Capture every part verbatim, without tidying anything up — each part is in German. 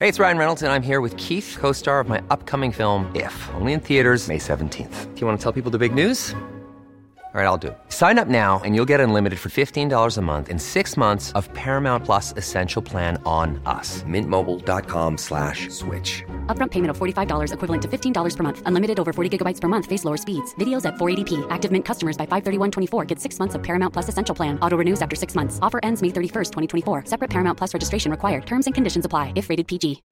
Hey, it's Ryan Reynolds, and I'm here with Keith, co-star of my upcoming film, If, only in theaters May seventeenth. Do you want to tell people the big news? All right, I'll do it. Sign up now and you'll get unlimited for fifteen dollars a month and six months of Paramount Plus Essential Plan on us. Mint Mobile dot com slash switch. Upfront payment of forty-five dollars equivalent to fifteen dollars per month. Unlimited over forty gigabytes per month. Face lower speeds. Videos at four eighty p. Active Mint customers by five thirty-one twenty-four get six months of Paramount Plus Essential Plan. Auto renews after six months. Offer ends May thirty-first, twenty twenty-four. Separate Paramount Plus registration required. Terms and conditions apply if rated P G.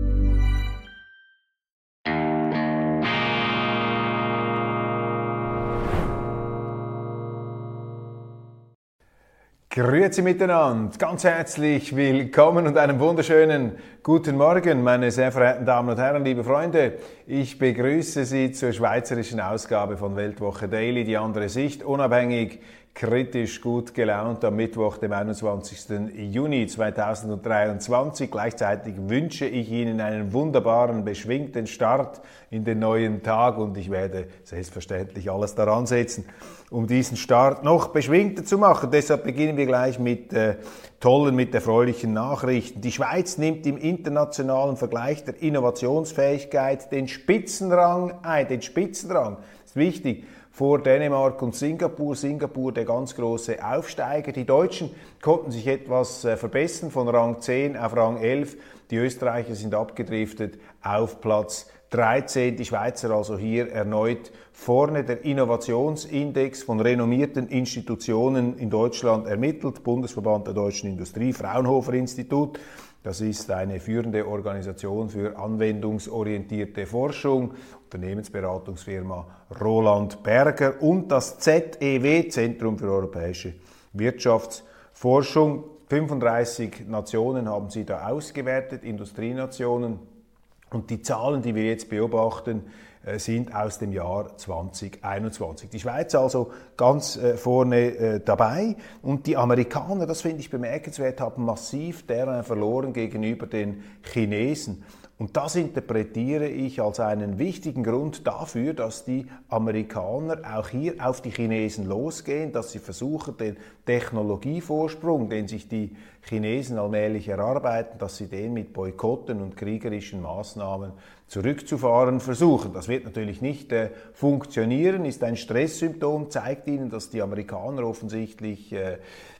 Grüezi miteinander, ganz herzlich willkommen und einen wunderschönen guten Morgen, meine sehr verehrten Damen und Herren, liebe Freunde. Ich begrüße Sie zur schweizerischen Ausgabe von Weltwoche Daily, die andere Sicht, unabhängig, kritisch, gut gelaunt am Mittwoch, dem einundzwanzigsten Juni zweitausenddreiundzwanzig. Gleichzeitig wünsche ich Ihnen einen wunderbaren, beschwingten Start in den neuen Tag und ich werde selbstverständlich alles daran setzen, um diesen Start noch beschwingter zu machen. Deshalb beginnen wir gleich mit äh, tollen, mit erfreulichen Nachrichten. Die Schweiz nimmt im internationalen Vergleich der Innovationsfähigkeit den Spitzenrang ein. Den Spitzenrang, das ist wichtig, vor Dänemark und Singapur. Singapur der ganz große Aufsteiger. Die Deutschen konnten sich etwas äh, verbessern, von Rang zehn auf Rang elf. Die Österreicher sind abgedriftet auf Platz dreizehn. Die Schweizer also hier erneut vorne. Der Innovationsindex von renommierten Institutionen in Deutschland ermittelt. Bundesverband der Deutschen Industrie, Fraunhofer Institut. Das ist eine führende Organisation für anwendungsorientierte Forschung, Unternehmensberatungsfirma Roland Berger und das Z E W, Zentrum für europäische Wirtschaftsforschung. fünfunddreißig Nationen haben sie da ausgewertet, Industrienationen. Und die Zahlen, die wir jetzt beobachten, sind aus dem Jahr zweitausendeinundzwanzig. Die Schweiz also ganz äh, vorne äh, dabei und die Amerikaner, das finde ich bemerkenswert, haben massiv Terrain verloren gegenüber den Chinesen. Und das interpretiere ich als einen wichtigen Grund dafür, dass die Amerikaner auch hier auf die Chinesen losgehen, dass sie versuchen, den Technologievorsprung, den sich die Chinesen allmählich erarbeiten, dass sie den mit Boykotten und kriegerischen Maßnahmen zurückzufahren versuchen. Das wird natürlich nicht äh, funktionieren, ist ein Stresssymptom, zeigt ihnen, dass die Amerikaner offensichtlich äh,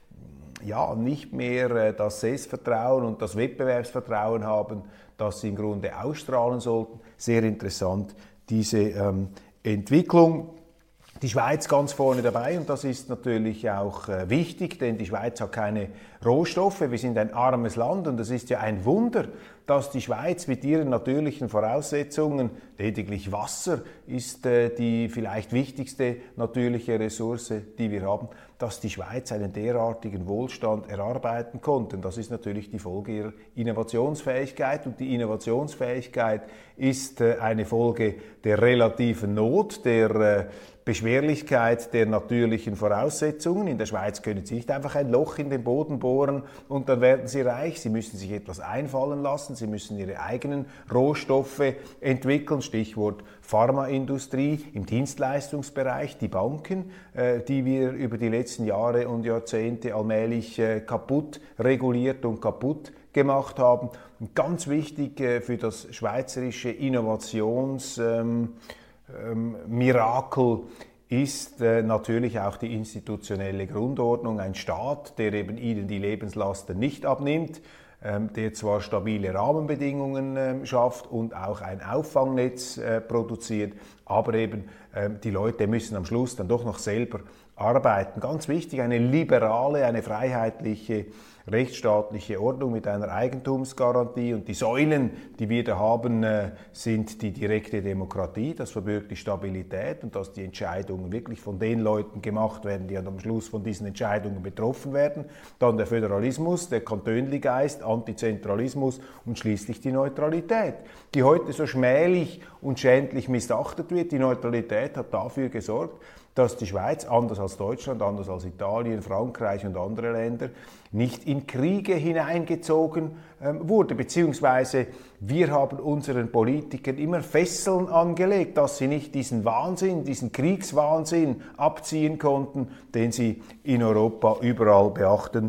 ja, nicht mehr äh, das Selbstvertrauen und das Wettbewerbsvertrauen haben, das sie im Grunde ausstrahlen sollten. Sehr interessant, diese ähm, Entwicklung. Die Schweiz ganz vorne dabei und das ist natürlich auch äh, wichtig, denn die Schweiz hat keine Rohstoffe, wir sind ein armes Land und es ist ja ein Wunder, dass die Schweiz mit ihren natürlichen Voraussetzungen, lediglich Wasser ist äh, die vielleicht wichtigste natürliche Ressource, die wir haben, dass die Schweiz einen derartigen Wohlstand erarbeiten konnte. Das ist natürlich die Folge ihrer Innovationsfähigkeit und die Innovationsfähigkeit ist äh, eine Folge der relativen Not, der äh, Beschwerlichkeit der natürlichen Voraussetzungen. In der Schweiz können Sie nicht einfach ein Loch in den Boden bohren und dann werden Sie reich. Sie müssen sich etwas einfallen lassen. Sie müssen Ihre eigenen Rohstoffe entwickeln. Stichwort Pharmaindustrie, im Dienstleistungsbereich, die Banken, äh, die wir über die letzten Jahre und Jahrzehnte allmählich äh, kaputt reguliert und kaputt gemacht haben. Und ganz wichtig äh, für das schweizerische Innovations- ähm, Ähm, Mirakel ist äh, natürlich auch die institutionelle Grundordnung, ein Staat, der eben ihnen die Lebenslasten nicht abnimmt, ähm, der zwar stabile Rahmenbedingungen äh, schafft und auch ein Auffangnetz äh, produziert, aber eben äh, die Leute müssen am Schluss dann doch noch selber arbeiten. Ganz wichtig, eine liberale, eine freiheitliche rechtsstaatliche Ordnung mit einer Eigentumsgarantie und die Säulen, die wir da haben, sind die direkte Demokratie, das verbirgt die Stabilität und dass die Entscheidungen wirklich von den Leuten gemacht werden, die am Schluss von diesen Entscheidungen betroffen werden, dann der Föderalismus, der Kantönli-Geist, Antizentralismus und schließlich die Neutralität, die heute so schmählich und schändlich missachtet wird. Die Neutralität hat dafür gesorgt, dass die Schweiz, anders als Deutschland, anders als Italien, Frankreich und andere Länder, nicht in Kriege hineingezogen ähm, wurde, beziehungsweise wir haben unseren Politikern immer Fesseln angelegt, dass sie nicht diesen Wahnsinn, diesen Kriegswahnsinn abziehen konnten, den sie in Europa überall beachten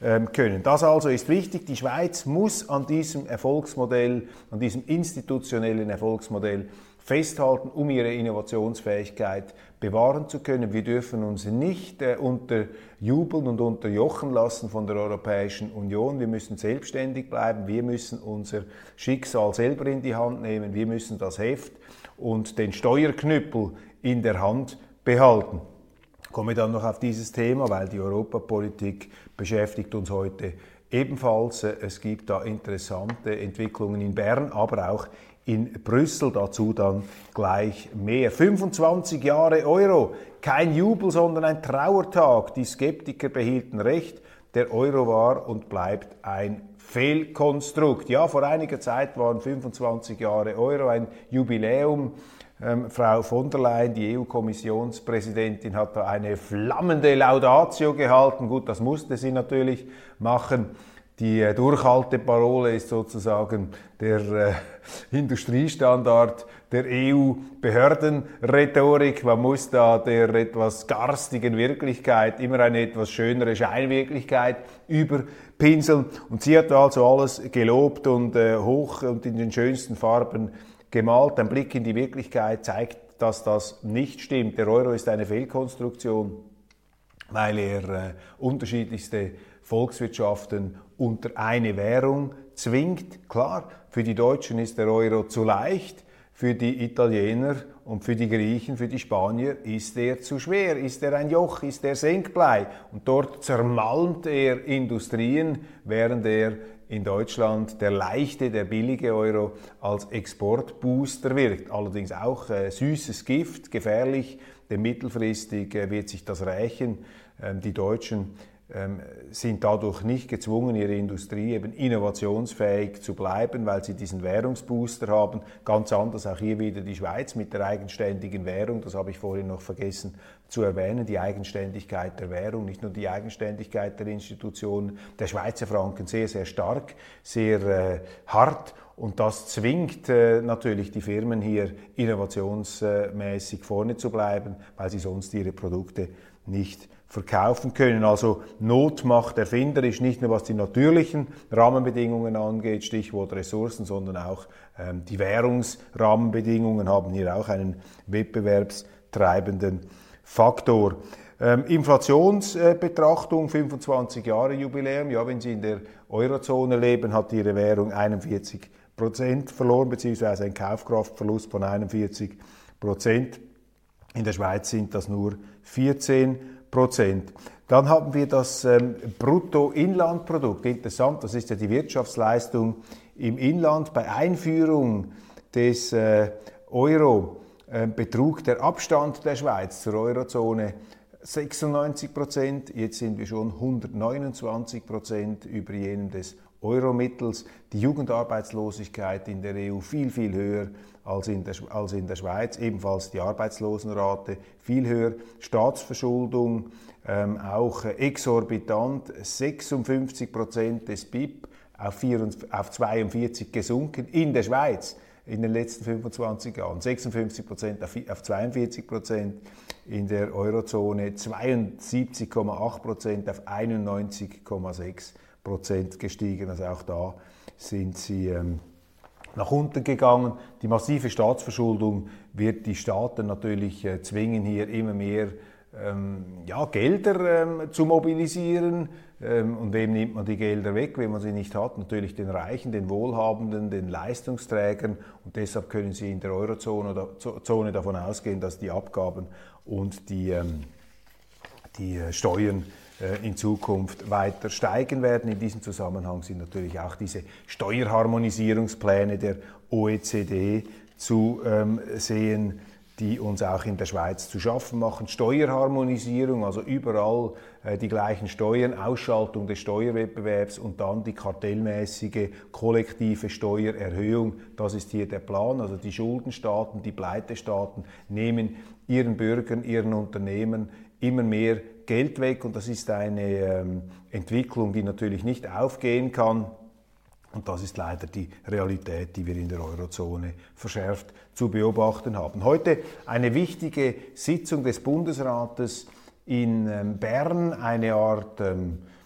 ähm, können. Das also ist wichtig. Die Schweiz muss an diesem Erfolgsmodell, an diesem institutionellen Erfolgsmodell festhalten, um ihre Innovationsfähigkeit bewahren zu können. Wir dürfen uns nicht äh, unterjubeln und unterjochen lassen von der Europäischen Union. Wir müssen selbstständig bleiben. Wir müssen unser Schicksal selber in die Hand nehmen. Wir müssen das Heft und den Steuerknüppel in der Hand behalten. Ich komme dann noch auf dieses Thema, weil die Europapolitik beschäftigt uns heute ebenfalls. Es gibt da interessante Entwicklungen in Bern, aber auch in Brüssel, dazu dann gleich mehr. fünfundzwanzig Jahre Euro, kein Jubel, sondern ein Trauertag. Die Skeptiker behielten recht, der Euro war und bleibt ein Fehlkonstrukt. Ja, vor einiger Zeit waren fünfundzwanzig Jahre Euro ein Jubiläum. Ähm, Frau von der Leyen, die E U-Kommissionspräsidentin, hat da eine flammende Laudatio gehalten. Gut, das musste sie natürlich machen. Die äh, Durchhalteparole ist sozusagen der äh, Industriestandard der E U-Behördenrhetorik. Man muss da der etwas garstigen Wirklichkeit immer eine etwas schönere Scheinwirklichkeit überpinseln. Und sie hat also alles gelobt und äh, hoch und in den schönsten Farben gemalt. Ein Blick in die Wirklichkeit zeigt, dass das nicht stimmt. Der Euro ist eine Fehlkonstruktion, weil er äh, unterschiedlichste Volkswirtschaften unter eine Währung zwingt. Klar, für die Deutschen ist der Euro zu leicht, für die Italiener und für die Griechen, für die Spanier ist er zu schwer, ist er ein Joch, ist er Senkblei. Und dort zermalmt er Industrien, während er in Deutschland der leichte, der billige Euro als Exportbooster wirkt. Allerdings auch äh, süßes Gift, gefährlich, denn mittelfristig äh, wird sich das rächen. Ähm, die Deutschen ähm, sind dadurch nicht gezwungen, ihre Industrie eben innovationsfähig zu bleiben, weil sie diesen Währungsbooster haben. Ganz anders auch hier wieder die Schweiz mit der eigenständigen Währung, das habe ich vorhin noch vergessen zu erwähnen, die Eigenständigkeit der Währung, nicht nur die Eigenständigkeit der Institutionen. Der Schweizer Franken sehr, sehr stark, sehr äh, hart. Und das zwingt äh, natürlich die Firmen hier innovationsmäßig vorne zu bleiben, weil sie sonst ihre Produkte nicht verkaufen können. Also Not macht erfinderisch, nicht nur was die natürlichen Rahmenbedingungen angeht, Stichwort Ressourcen, sondern auch ähm, die Währungsrahmenbedingungen haben hier auch einen wettbewerbstreibenden Faktor. Ähm, Inflationsbetrachtung, äh, fünfundzwanzig Jahre Jubiläum. Ja, wenn Sie in der Eurozone leben, hat Ihre Währung einundvierzig Prozent verloren, beziehungsweise ein Kaufkraftverlust von einundvierzig Prozent. In der Schweiz sind das nur vierzehn Prozent. Dann haben wir das ähm, Bruttoinlandprodukt. Interessant, das ist ja die Wirtschaftsleistung im Inland. Bei Einführung des äh, Euro äh, betrug der Abstand der Schweiz zur Eurozone sechsundneunzig Prozent. Jetzt sind wir schon hundertneunundzwanzig Prozent über jenem des Euromittels. Die Jugendarbeitslosigkeit in der E U viel, viel höher als in, der, als in der Schweiz. Ebenfalls die Arbeitslosenrate viel höher. Staatsverschuldung ähm, auch exorbitant. sechsundfünfzig Prozent des B I P auf, vierundvierzig, auf zweiundvierzig gesunken in der Schweiz in den letzten fünfundzwanzig Jahren. sechsundfünfzig Prozent auf, auf zweiundvierzig Prozent in der Eurozone. zweiundsiebzig Komma acht Prozent auf einundneunzig Komma sechs Prozent gestiegen. Also auch da sind sie ähm, nach unten gegangen. Die massive Staatsverschuldung wird die Staaten natürlich äh, zwingen, hier immer mehr ähm, ja, Gelder ähm, zu mobilisieren. Ähm, und wem nimmt man die Gelder weg, wenn man sie nicht hat? Natürlich den Reichen, den Wohlhabenden, den Leistungsträgern. Und deshalb können Sie in der Eurozone oder Zone davon ausgehen, dass die Abgaben und die, ähm, die äh, Steuern in Zukunft weiter steigen werden. In diesem Zusammenhang sind natürlich auch diese Steuerharmonisierungspläne der O E C D zu ähm, sehen, die uns auch in der Schweiz zu schaffen machen. Steuerharmonisierung, also überall äh, die gleichen Steuern, Ausschaltung des Steuerwettbewerbs und dann die kartellmäßige kollektive Steuererhöhung. Das ist hier der Plan. Also die Schuldenstaaten, die Pleitestaaten nehmen ihren Bürgern, ihren Unternehmen immer mehr Geld weg und das ist eine ähm, Entwicklung, die natürlich nicht aufgehen kann. Und das ist leider die Realität, die wir in der Eurozone verschärft zu beobachten haben. Heute eine wichtige Sitzung des Bundesrates in ähm, Bern, eine Art ähm,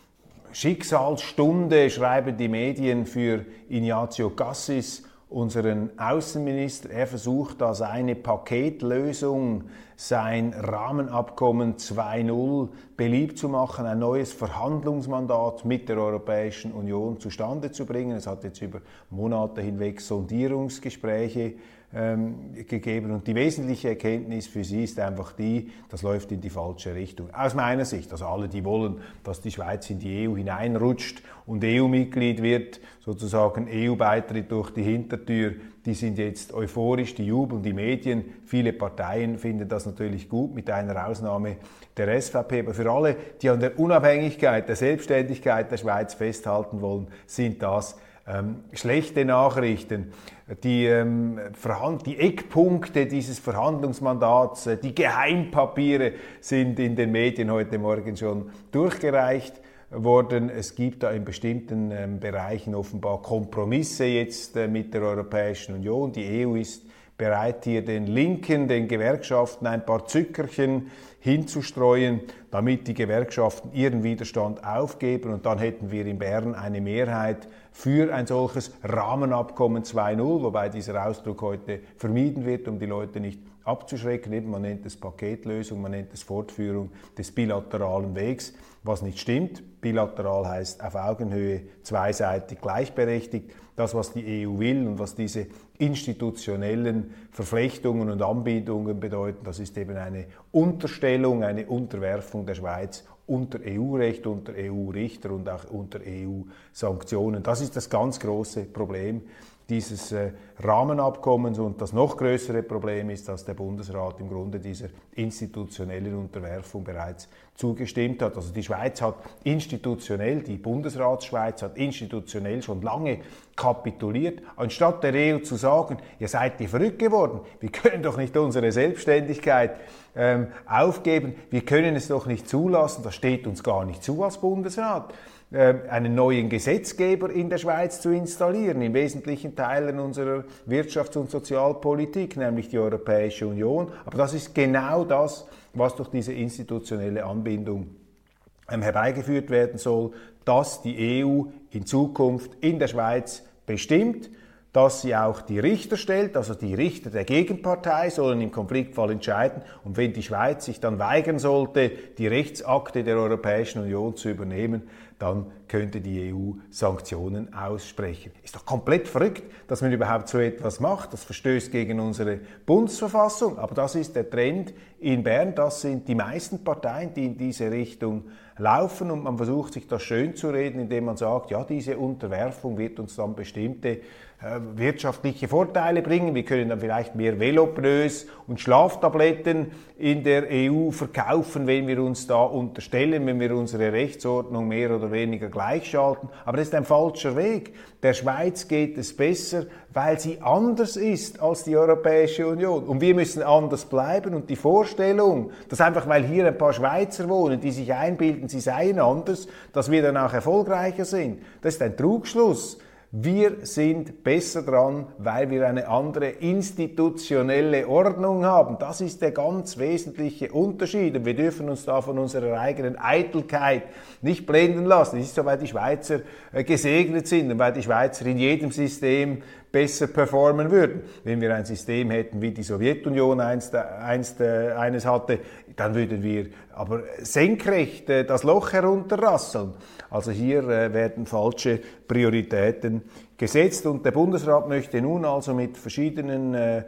Schicksalsstunde, schreiben die Medien, für Ignazio Cassis, unseren Außenminister. Er versucht da seine Paketlösung, sein Rahmenabkommen zwei Punkt null beliebt zu machen, ein neues Verhandlungsmandat mit der Europäischen Union zustande zu bringen. Es hat jetzt über Monate hinweg Sondierungsgespräche ähm, gegeben und die wesentliche Erkenntnis für sie ist einfach die, das läuft in die falsche Richtung. Aus meiner Sicht, also alle, die wollen, dass die Schweiz in die E U hineinrutscht und E U-Mitglied wird, sozusagen E U-Beitritt durch die Hintertür, die sind jetzt euphorisch, die jubeln, die Medien, viele Parteien finden das natürlich gut, mit einer Ausnahme der S V P. Aber für alle, die an der Unabhängigkeit, der Selbstständigkeit der Schweiz festhalten wollen, sind das ähm, schlechte Nachrichten. Die, ähm, Verhand- die Eckpunkte dieses Verhandlungsmandats, äh, die Geheimpapiere sind in den Medien heute Morgen schon durchgereicht worden. Es gibt da in bestimmten ähm, Bereichen offenbar Kompromisse jetzt äh, mit der Europäischen Union. Die E U ist bereit, hier den Linken, den Gewerkschaften ein paar Zückerchen hinzustreuen, damit die Gewerkschaften ihren Widerstand aufgeben. Und dann hätten wir in Bern eine Mehrheit für ein solches Rahmenabkommen zwei Punkt null, wobei dieser Ausdruck heute vermieden wird, um die Leute nicht abzuschrecken. Eben, man nennt es Paketlösung, man nennt es Fortführung des bilateralen Wegs, was nicht stimmt. Bilateral heißt auf Augenhöhe, zweiseitig, gleichberechtigt. Das, was die E U will und was diese institutionellen Verflechtungen und Anbindungen bedeuten, das ist eben eine Unterstellung, eine Unterwerfung der Schweiz unter E U-Recht, unter E U-Richter und auch unter E U-Sanktionen. Das ist das ganz große Problem dieses äh, Rahmenabkommens. Und das noch größere Problem ist, dass der Bundesrat im Grunde dieser institutionellen Unterwerfung bereits zugestimmt hat. Also die Schweiz hat institutionell, die Bundesratsschweiz hat institutionell schon lange kapituliert. Anstatt der E U zu sagen, ihr seid ihr verrückt geworden, wir können doch nicht unsere Selbstständigkeit ähm, aufgeben, wir können es doch nicht zulassen, das steht uns gar nicht zu als Bundesrat, einen neuen Gesetzgeber in der Schweiz zu installieren, in wesentlichen Teilen unserer Wirtschafts- und Sozialpolitik, nämlich die Europäische Union. Aber das ist genau das, was durch diese institutionelle Anbindung ähm, herbeigeführt werden soll, dass die E U in Zukunft in der Schweiz bestimmt, dass sie auch die Richter stellt, also die Richter der Gegenpartei sollen im Konfliktfall entscheiden. Und wenn die Schweiz sich dann weigern sollte, die Rechtsakte der Europäischen Union zu übernehmen, dann könnte die E U Sanktionen aussprechen. Ist doch komplett verrückt, dass man überhaupt so etwas macht. Das verstößt gegen unsere Bundesverfassung. Aber das ist der Trend in Bern. Das sind die meisten Parteien, die in diese Richtung laufen. Und man versucht, sich das schön zu reden, indem man sagt, ja, diese Unterwerfung wird uns dann bestimmte äh, wirtschaftliche Vorteile bringen. Wir können dann vielleicht mehr Velopneus und Schlaftabletten in der E U verkaufen, wenn wir uns da unterstellen, wenn wir unsere Rechtsordnung mehr oder weniger gleichschalten. Aber das ist ein falscher Weg. Der Schweiz geht es besser, weil sie anders ist als die Europäische Union. Und wir müssen anders bleiben. Und die Vorstellung, dass einfach, weil hier ein paar Schweizer wohnen, die sich einbilden, sie seien anders, dass wir dann auch erfolgreicher sind, das ist ein Trugschluss. Wir sind besser dran, weil wir eine andere institutionelle Ordnung haben. Das ist der ganz wesentliche Unterschied. Und wir dürfen uns da von unserer eigenen Eitelkeit nicht blenden lassen. Das ist so, weil die Schweizer gesegnet sind und weil die Schweizer in jedem System besser performen würden. Wenn wir ein System hätten, wie die Sowjetunion einst, einst äh, eines hatte, dann würden wir aber senkrecht äh, das Loch herunterrasseln. Also hier äh, werden falsche Prioritäten gesetzt und der Bundesrat möchte nun also mit verschiedenen äh,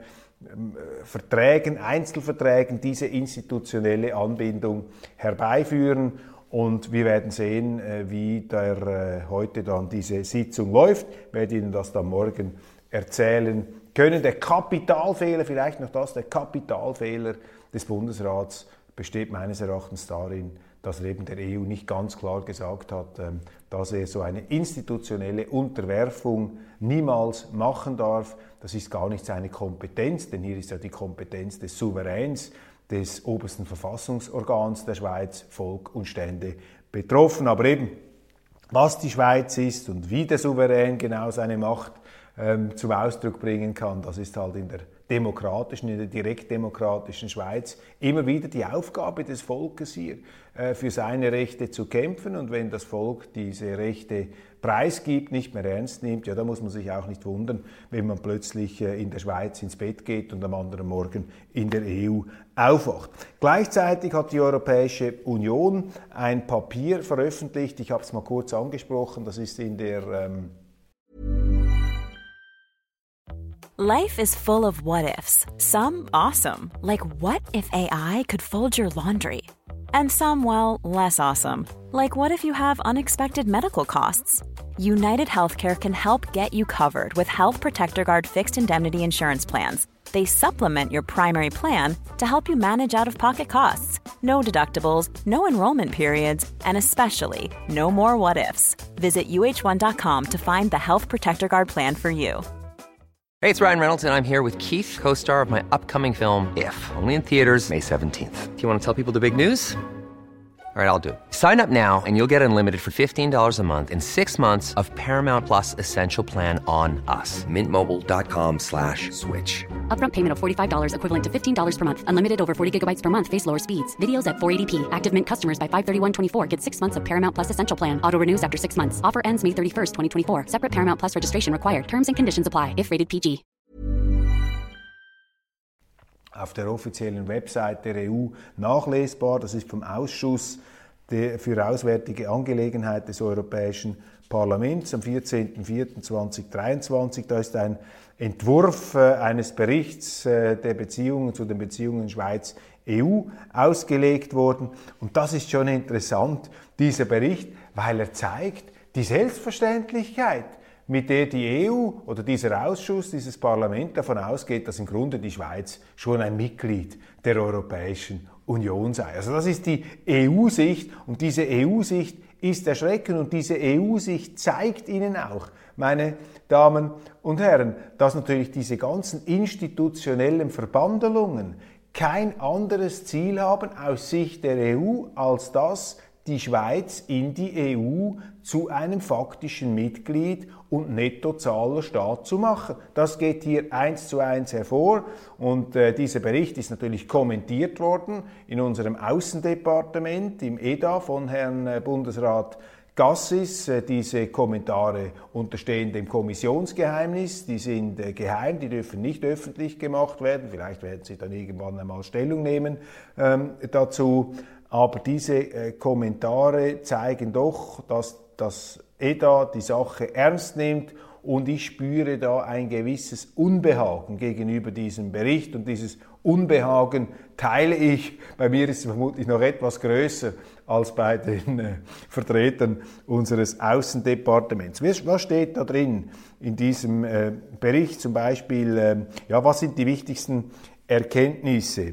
Verträgen, Einzelverträgen diese institutionelle Anbindung herbeiführen. Und wir werden sehen, wie der, heute dann diese Sitzung läuft. Ich werde Ihnen das dann morgen erzählen können. Der Kapitalfehler, vielleicht noch das, der Kapitalfehler des Bundesrats besteht meines Erachtens darin, dass er eben der E U nicht ganz klar gesagt hat, dass er so eine institutionelle Unterwerfung niemals machen darf. Das ist gar nicht seine Kompetenz, denn hier ist ja die Kompetenz des Souveräns, des obersten Verfassungsorgans der Schweiz, Volk und Stände betroffen. Aber eben, was die Schweiz ist und wie der Souverän genau seine Macht ähm, zum Ausdruck bringen kann. Das ist halt in der demokratischen, in der direktdemokratischen Schweiz immer wieder die Aufgabe des Volkes hier, äh, für seine Rechte zu kämpfen. Und wenn das Volk diese Rechte preisgibt, nicht mehr ernst nimmt, ja, da muss man sich auch nicht wundern, wenn man plötzlich äh, in der Schweiz ins Bett geht und am anderen Morgen in der E U aufwacht. Gleichzeitig hat die Europäische Union ein Papier veröffentlicht, ich habe es mal kurz angesprochen, das ist in der ähm Life is full of what-ifs. Some awesome, like what if A I could fold your laundry? And some, well, less awesome, like what if you have unexpected medical costs? United Healthcare can help get you covered with Health Protector Guard fixed indemnity insurance plans. They supplement your primary plan to help you manage out-of-pocket costs. No deductibles, no enrollment periods, and especially no more what-ifs. Visit U H one dot com to find the Health Protector Guard plan for you. Hey, it's Ryan Reynolds, and I'm here with Keith, co-star of my upcoming film, If, only in theaters May seventeenth. Do you want to tell people the big news? All right, I'll do it. Sign up now and you'll get unlimited for fifteen dollars a month and six months of Paramount Plus Essential Plan on us. Mint Mobile dot com slash switch. Upfront payment of forty-five dollars equivalent to fifteen dollars per month. Unlimited over forty gigabytes per month. Face lower speeds. Videos at four eighty p. Active Mint customers by five thirty-one twenty-four get six months of Paramount Plus Essential Plan. Auto renews after six months. Offer ends May thirty-first, twenty twenty-four. Separate Paramount Plus registration required. Terms and conditions apply if rated P G. Auf der offiziellen Website der E U nachlesbar. Das ist vom Ausschuss für Auswärtige Angelegenheiten des Europäischen Parlaments am vierzehnten vierten zweitausenddreiundzwanzig. Da ist ein Entwurf äh, eines Berichts äh, der Beziehungen zu den Beziehungen Schweiz-E U ausgelegt worden. Und das ist schon interessant, dieser Bericht, weil er zeigt die Selbstverständlichkeit, mit der die E U oder dieser Ausschuss, dieses Parlament davon ausgeht, dass im Grunde die Schweiz schon ein Mitglied der Europäischen Union sei. Also das ist die E U-Sicht und diese E U-Sicht ist erschreckend und diese E U-Sicht zeigt Ihnen auch, meine Damen und Herren, dass natürlich diese ganzen institutionellen Verbandelungen kein anderes Ziel haben aus Sicht der E U als das, die Schweiz in die E U zu einem faktischen Mitglied und Nettozahlerstaat zu machen. Das geht hier eins zu eins hervor und äh, dieser Bericht ist natürlich kommentiert worden in unserem Außendepartement, im E D A von Herrn äh, Bundesrat Gassis. Äh, diese Kommentare unterstehen dem Kommissionsgeheimnis, die sind äh, geheim, die dürfen nicht öffentlich gemacht werden, vielleicht werden sie dann irgendwann einmal Stellung nehmen ähm, dazu. Aber diese äh, Kommentare zeigen doch, dass das E D A die Sache ernst nimmt und ich spüre da ein gewisses Unbehagen gegenüber diesem Bericht und dieses Unbehagen teile ich. Bei mir ist es vermutlich noch etwas größer als bei den äh, Vertretern unseres Außendepartements. Was steht da drin in diesem äh, Bericht? Zum Beispiel, äh, ja, was sind die wichtigsten Erkenntnisse?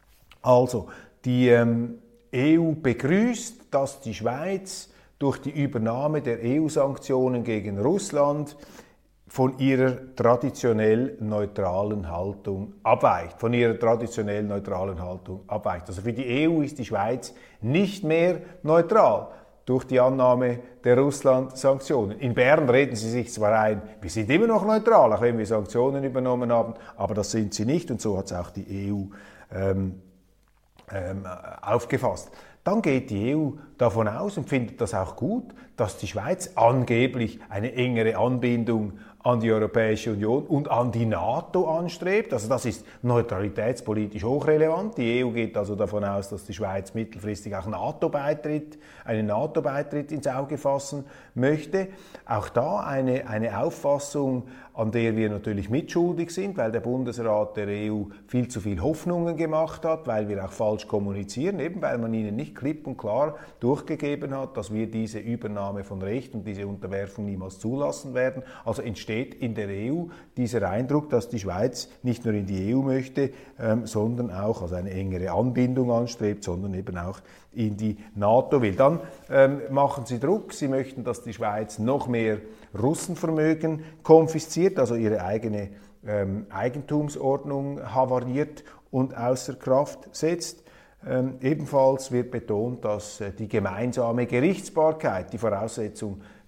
Also, die ähm, E U begrüßt, dass die Schweiz durch die Übernahme der E U-Sanktionen gegen Russland von ihrer traditionell neutralen Haltung abweicht, von ihrer traditionell neutralen Haltung abweicht. Also für die E U ist die Schweiz nicht mehr neutral durch die Annahme der Russland-Sanktionen. In Bern reden sie sich zwar ein, wir sind immer noch neutral, auch wenn wir Sanktionen übernommen haben, aber das sind sie nicht und so hat es auch die E U ähm, ähm, aufgefasst. Dann geht die E U davon aus und findet das auch gut, dass die Schweiz angeblich eine engere Anbindung an die Europäische Union und an die NATO anstrebt. Also das ist neutralitätspolitisch hochrelevant. Die E U geht also davon aus, dass die Schweiz mittelfristig auch NATO-Beitritt, einen NATO-Beitritt ins Auge fassen möchte. Auch da eine, eine Auffassung, an der wir natürlich mitschuldig sind, weil der Bundesrat der E U viel zu viel Hoffnungen gemacht hat, weil wir auch falsch kommunizieren, eben weil man ihnen nicht klipp und klar durchgegeben hat, dass wir diese Übernahme von Recht und diese Unterwerfung niemals zulassen werden. Also entsteht in der E U dieser Eindruck, dass die Schweiz nicht nur in die E U möchte, ähm, sondern auch also eine engere Anbindung anstrebt, sondern eben auch in die NATO will. Dann ähm, machen sie Druck, sie möchten, dass die Schweiz noch mehr Russenvermögen konfisziert, also ihre eigene ähm, Eigentumsordnung havariert und außer Kraft setzt. Ähm, ebenfalls wird betont, dass äh, die gemeinsame Gerichtsbarkeit die Voraussetzung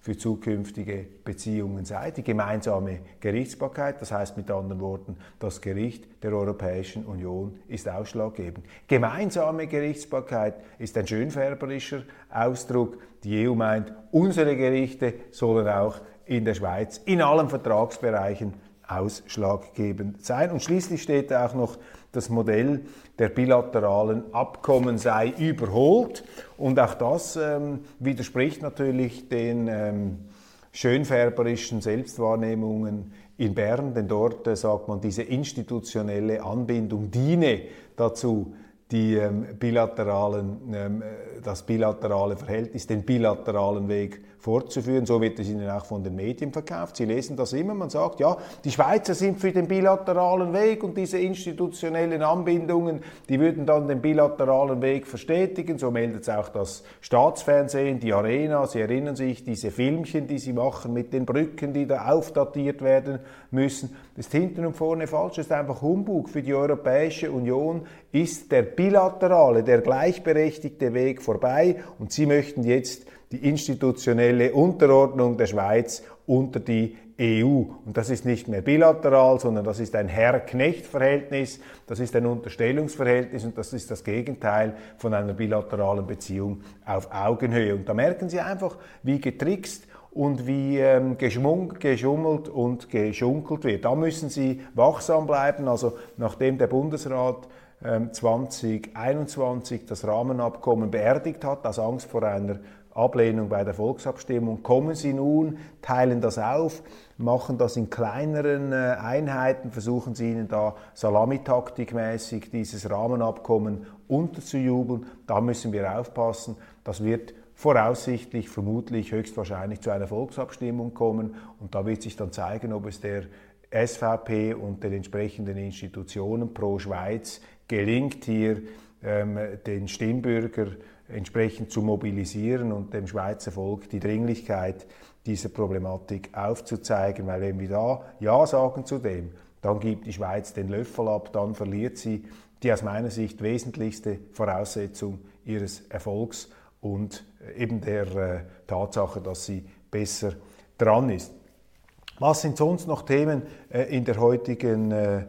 für zukünftige Beziehungen sei. Die gemeinsame Gerichtsbarkeit, das heißt mit anderen Worten, das Gericht der Europäischen Union ist ausschlaggebend. Gemeinsame Gerichtsbarkeit ist ein schönfärberischer Ausdruck. Die E U meint, unsere Gerichte sollen auch in der Schweiz in allen Vertragsbereichen ausschlaggebend sein. Und schließlich steht auch noch, das Modell der bilateralen Abkommen sei überholt. Und auch das ähm, widerspricht natürlich den ähm, schönfärberischen Selbstwahrnehmungen in Bern, denn dort äh, sagt man, diese institutionelle Anbindung diene dazu, die ähm, bilateralen, ähm, das bilaterale Verhältnis, den bilateralen Weg fortzuführen. So wird es Ihnen auch von den Medien verkauft. Sie lesen das immer, man sagt, ja, die Schweizer sind für den bilateralen Weg und diese institutionellen Anbindungen, die würden dann den bilateralen Weg verstetigen. So meldet es auch das Staatsfernsehen, die Arena. Sie erinnern sich, diese Filmchen, die sie machen mit den Brücken, die da aufdatiert werden müssen. Das ist hinten und vorne falsch, das ist einfach Humbug. Für die Europäische Union ist der bilaterale, der gleichberechtigte Weg vorbei und sie möchten jetzt die institutionelle Unterordnung der Schweiz unter die E U. Und das ist nicht mehr bilateral, sondern das ist ein Herr-Knecht-Verhältnis, das ist ein Unterstellungsverhältnis und das ist das Gegenteil von einer bilateralen Beziehung auf Augenhöhe. Und da merken Sie einfach, wie getrickst und wie ähm, geschummelt und geschunkelt wird. Da müssen Sie wachsam bleiben. Also nachdem der Bundesrat ähm, zwanzig einundzwanzig das Rahmenabkommen beerdigt hat, aus Angst vor einer Ablehnung bei der Volksabstimmung, kommen Sie nun, teilen das auf, machen das in kleineren äh, Einheiten, versuchen Sie ihnen da salamitaktikmäßig dieses Rahmenabkommen unterzujubeln. Da müssen wir aufpassen. Das wird voraussichtlich, vermutlich, höchstwahrscheinlich zu einer Volksabstimmung kommen und da wird sich dann zeigen, ob es der S V P und den entsprechenden Institutionen pro Schweiz gelingt, hier ähm, den Stimmbürger entsprechend zu mobilisieren und dem Schweizer Volk die Dringlichkeit dieser Problematik aufzuzeigen, weil wenn wir da Ja sagen zu dem, dann gibt die Schweiz den Löffel ab, dann verliert sie die aus meiner Sicht wesentlichste Voraussetzung ihres Erfolgs und eben der äh, Tatsache, dass sie besser dran ist. Was sind sonst noch Themen äh, in der heutigen äh,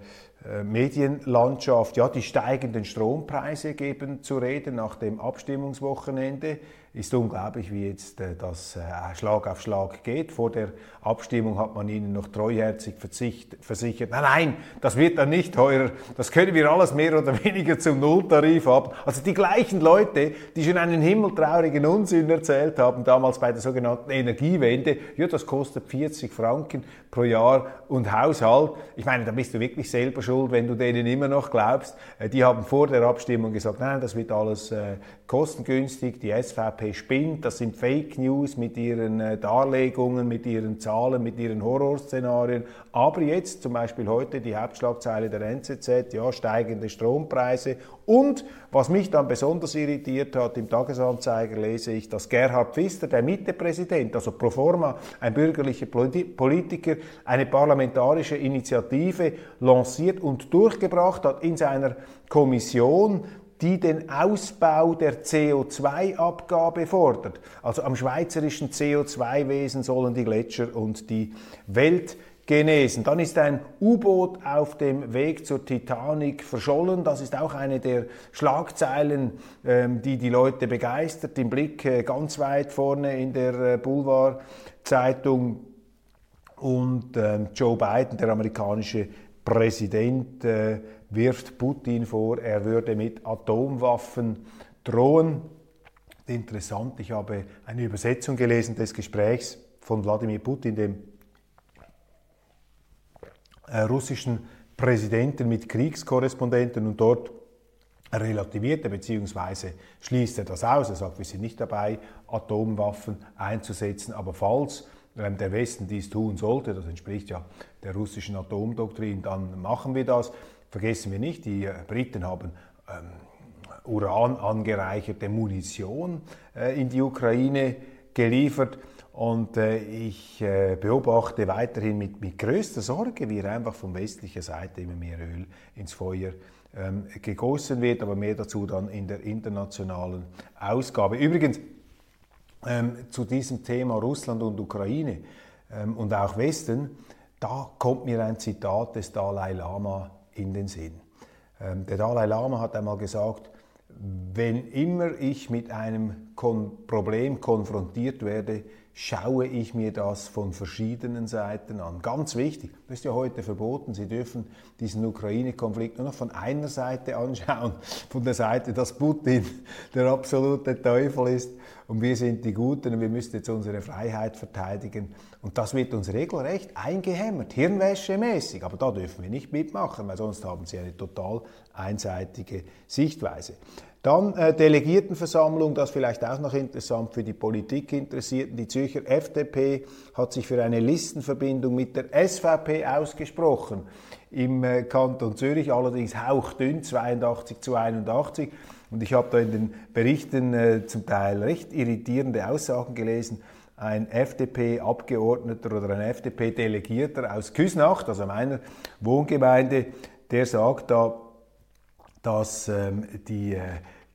Medienlandschaft? Ja, die steigenden Strompreise geben zu reden nach dem Abstimmungswochenende. Ist unglaublich, wie jetzt äh, das äh, Schlag auf Schlag geht. Vor der Abstimmung hat man ihnen noch treuherzig verzicht, versichert, nein, nein, das wird dann nicht teurer, das können wir alles mehr oder weniger zum Nulltarif haben. Also die gleichen Leute, die schon einen himmeltraurigen Unsinn erzählt haben, damals bei der sogenannten Energiewende, ja, das kostet vierzig Franken pro Jahr und Haushalt. Ich meine, da bist du wirklich selber schuld, wenn du denen immer noch glaubst. Äh, die haben vor der Abstimmung gesagt, nein, das wird alles äh, kostengünstig, die S V P spinnt, das sind Fake News mit ihren äh, Darlegungen, mit ihren Zahlen, mit ihren Horrorszenarien. Aber jetzt, zum Beispiel heute, die Hauptschlagzeile der N Z Z, ja, steigende Strompreise. Und was mich dann besonders irritiert hat, im Tagesanzeiger lese ich, dass Gerhard Pfister, der Mitte-Präsident, also pro forma ein bürgerlicher Politiker, eine parlamentarische Initiative lanciert und durchgebracht hat in seiner Kommission, die den Ausbau der C O zwei Abgabe fordert. Also am schweizerischen C O zwei Wesen sollen die Gletscher und die Welt genesen. Dann ist ein U-Boot auf dem Weg zur Titanic verschollen. Das ist auch eine der Schlagzeilen, ähm, die die Leute begeistert. Im Blick äh, ganz weit vorne in der äh, Boulevard-Zeitung. Und ähm, Joe Biden, der amerikanische Präsident, äh, wirft Putin vor, er würde mit Atomwaffen drohen. Interessant, ich habe eine Übersetzung gelesen des Gesprächs von Wladimir Putin, dem äh, russischen Präsidenten, mit Kriegskorrespondenten, und dort relativiert er bzw. schließt er das aus. Er sagt, wir sind nicht dabei, Atomwaffen einzusetzen, aber falls ähm, der Westen dies tun sollte, das entspricht ja der russischen Atomdoktrin, dann machen wir das. Vergessen wir nicht, die äh, Briten haben ähm, Uran angereicherte Munition äh, in die Ukraine geliefert. Und äh, ich äh, beobachte weiterhin mit, mit größter Sorge, wie einfach von westlicher Seite immer mehr Öl ins Feuer ähm, gegossen wird, aber mehr dazu dann in der internationalen Ausgabe. Übrigens, ähm, zu diesem Thema Russland und Ukraine ähm, und auch Westen, da kommt mir ein Zitat des Dalai Lama in den Sinn. Ähm, der Dalai Lama hat einmal gesagt, wenn immer ich mit einem Kon- Problem konfrontiert werde, schaue ich mir das von verschiedenen Seiten an. Ganz wichtig, das ist ja heute verboten, Sie dürfen diesen Ukraine-Konflikt nur noch von einer Seite anschauen, von der Seite, dass Putin der absolute Teufel ist und wir sind die Guten und wir müssen jetzt unsere Freiheit verteidigen. Und das wird uns regelrecht eingehämmert, hirnwäschemäßig, aber da dürfen wir nicht mitmachen, weil sonst haben Sie eine total einseitige Sichtweise. Dann äh, Delegiertenversammlung, das vielleicht auch noch interessant für die Politikinteressierten. Die Zürcher F D P hat sich für eine Listenverbindung mit der S V P ausgesprochen. Im äh, Kanton Zürich allerdings hauchdünn, zweiundachtzig zu einundachtzig. Und ich habe da in den Berichten äh, zum Teil recht irritierende Aussagen gelesen. Ein F D P-Abgeordneter oder ein F D P-Delegierter aus Küsnacht, also meiner Wohngemeinde, der sagt da, dass ähm, die äh,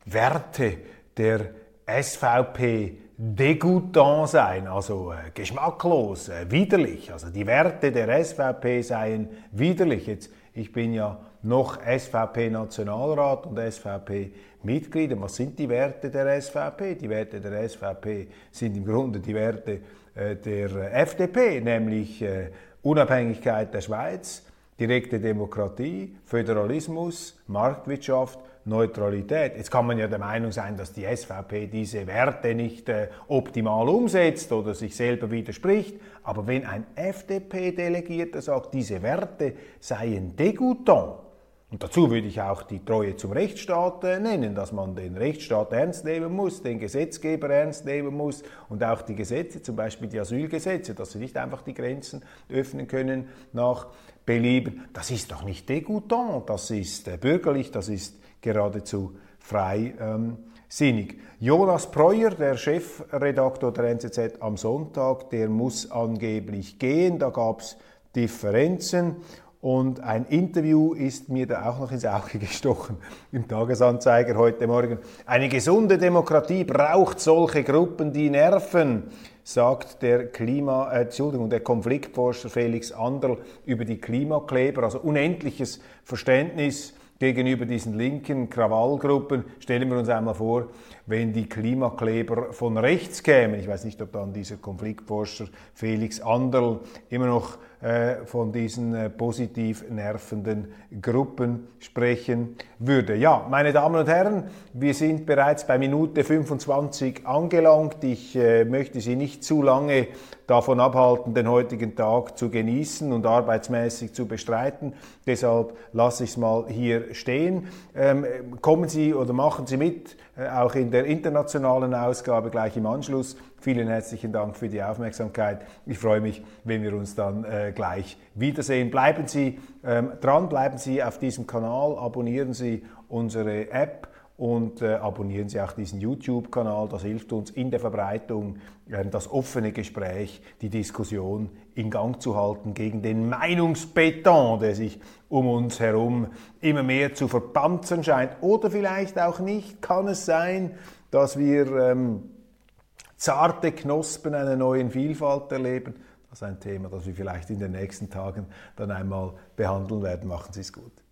Werte der S V P dégoûtant seien, also äh, geschmacklos, äh, widerlich. Also die Werte der S V P seien widerlich. Jetzt, ich bin ja noch S V P-Nationalrat und S V P-Mitglied. Was sind die Werte der S V P? Die Werte der S V P sind im Grunde die Werte äh, der F D P, nämlich äh, Unabhängigkeit der Schweiz, direkte Demokratie, Föderalismus, Marktwirtschaft, Neutralität. Jetzt kann man ja der Meinung sein, dass die S V P diese Werte nicht äh, optimal umsetzt oder sich selber widerspricht. Aber wenn ein F D P-Delegierter sagt, diese Werte seien dégoûtant, und dazu würde ich auch die Treue zum Rechtsstaat äh, nennen, dass man den Rechtsstaat ernst nehmen muss, den Gesetzgeber ernst nehmen muss und auch die Gesetze, zum Beispiel die Asylgesetze, dass sie nicht einfach die Grenzen öffnen können nach Belieben. Das ist doch nicht dégoûtant, das ist äh, bürgerlich, das ist geradezu freisinnig. Ähm, Jonas Breuer, der Chefredaktor der N Z Z am Sonntag, der muss angeblich gehen, da gab es Differenzen. Und ein Interview ist mir da auch noch ins Auge gestochen im Tagesanzeiger heute Morgen. Eine gesunde Demokratie braucht solche Gruppen, die nerven, sagt der Klima, äh, Entschuldigung, der Konfliktforscher Felix Anderl über die Klimakleber. Also unendliches Verständnis gegenüber diesen linken Krawallgruppen. Stellen wir uns einmal vor, wenn die Klimakleber von rechts kämen. Ich weiß nicht, ob dann dieser Konfliktforscher Felix Anderl immer noch äh, von diesen äh, positiv nervenden Gruppen sprechen würde. Ja, meine Damen und Herren, wir sind bereits bei Minute fünfundzwanzig angelangt. Ich äh, möchte Sie nicht zu lange davon abhalten, den heutigen Tag zu genießen und arbeitsmäßig zu bestreiten. Deshalb lasse ich es mal hier stehen. Ähm, kommen Sie oder machen Sie mit, äh, auch in der internationalen Ausgabe gleich im Anschluss. Vielen herzlichen Dank für die Aufmerksamkeit. Ich freue mich, wenn wir uns dann äh, gleich wiedersehen. Bleiben Sie ähm, dran, bleiben Sie auf diesem Kanal, abonnieren Sie unsere App und äh, abonnieren Sie auch diesen YouTube-Kanal. Das hilft uns in der Verbreitung, äh, das offene Gespräch, die Diskussion in Gang zu halten gegen den Meinungsbeton, der sich um uns herum immer mehr zu verpanzern scheint. Oder vielleicht auch nicht. Kann es sein, dass wir ähm, zarte Knospen einer neuen Vielfalt erleben? Das ist ein Thema, das wir vielleicht in den nächsten Tagen dann einmal behandeln werden. Machen Sie es gut.